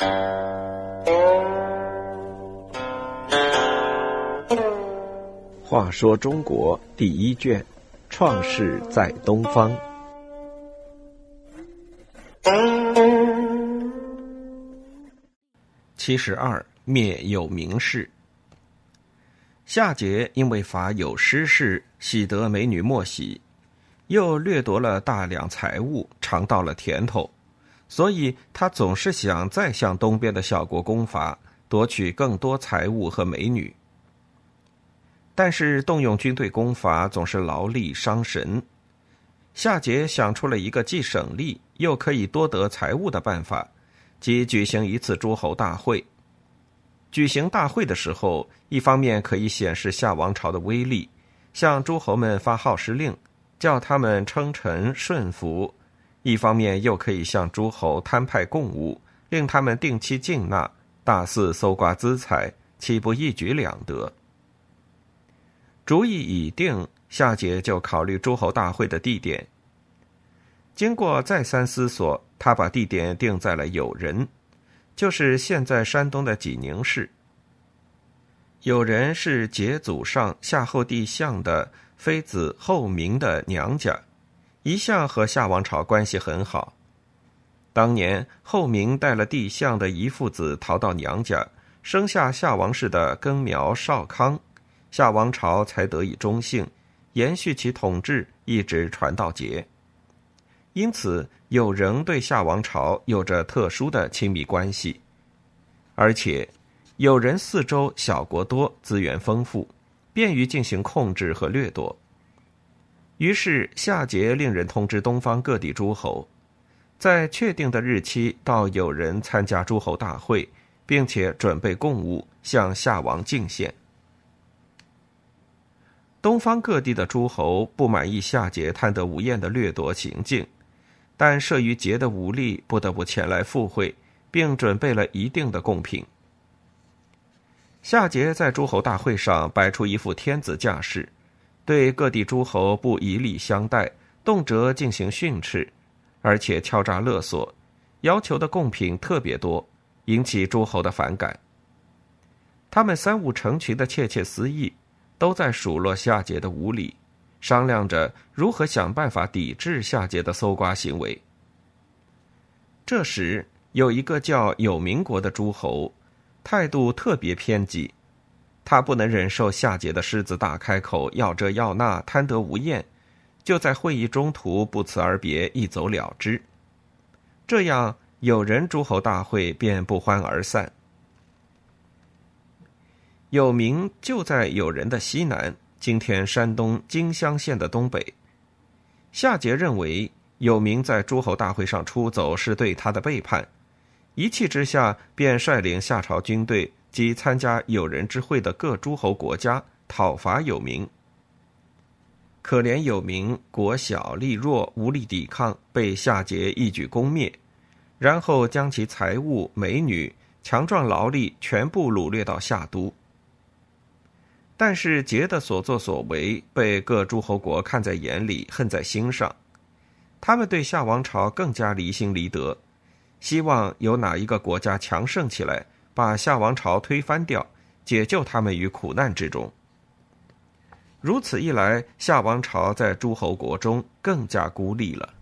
话说中国第一卷，创世在东方。72灭有名氏。夏桀因为伐有失氏，喜得美女莫喜，又掠夺了大量财物，尝到了甜头，所以他总是想再向东边的小国攻伐，夺取更多财物和美女。但是动用军队攻伐总是劳力伤神。夏桀想出了一个既省力又可以多得财物的办法，即举行一次诸侯大会。举行大会的时候，一方面可以显示夏王朝的威力，向诸侯们发号施令，叫他们称臣顺服；一方面又可以向诸侯摊派贡物，令他们定期进纳，大肆搜刮资财，岂不一举两得？主意已定，夏桀就考虑诸侯大会的地点。经过再三思索，他把地点定在了有人，就是现在山东的济宁市。有人是桀祖上夏后帝项的妃子后明的娘家，一向和夏王朝关系很好。当年后明带了帝项的遗父子逃到娘家，生下夏王室的根苗少康，夏王朝才得以中兴，延续其统治，一直传到桀。因此有人对夏王朝有着特殊的亲密关系，而且有人四周小国多，资源丰富，便于进行控制和掠夺。于是夏桀令人通知东方各地诸侯，在确定的日期到有人参加诸侯大会，并且准备贡物向夏王进献。东方各地的诸侯不满意夏桀贪得无厌的掠夺行径，但慑于桀的武力，不得不前来附会，并准备了一定的贡品。夏桀在诸侯大会上摆出一副天子架势，对各地诸侯不以礼相待，动辄进行训斥，而且敲诈勒索，要求的贡品特别多，引起诸侯的反感。他们三五成群的窃窃私议，都在数落夏桀的无礼，商量着如何想办法抵制夏桀的搜刮行为。这时有一个叫有名国的诸侯，态度特别偏激，他不能忍受夏桀的狮子大开口，要这要那，贪得无厌，就在会议中途不辞而别，一走了之。这样有人诸侯大会便不欢而散。有名就在有人的西南，今天山东荆襄县的东北。夏桀认为有名在诸侯大会上出走是对他的背叛，一气之下便率领夏朝军队及参加有人之会的各诸侯国家讨伐有名。可怜有名国小力弱，无力抵抗，被夏桀一举攻灭，然后将其财物、美女、强壮劳力全部掳掠到夏都。但是桀的所作所为被各诸侯国看在眼里，恨在心上，他们对夏王朝更加离心离德，希望有哪一个国家强盛起来，把夏王朝推翻掉，解救他们于苦难之中。如此一来，夏王朝在诸侯国中更加孤立了。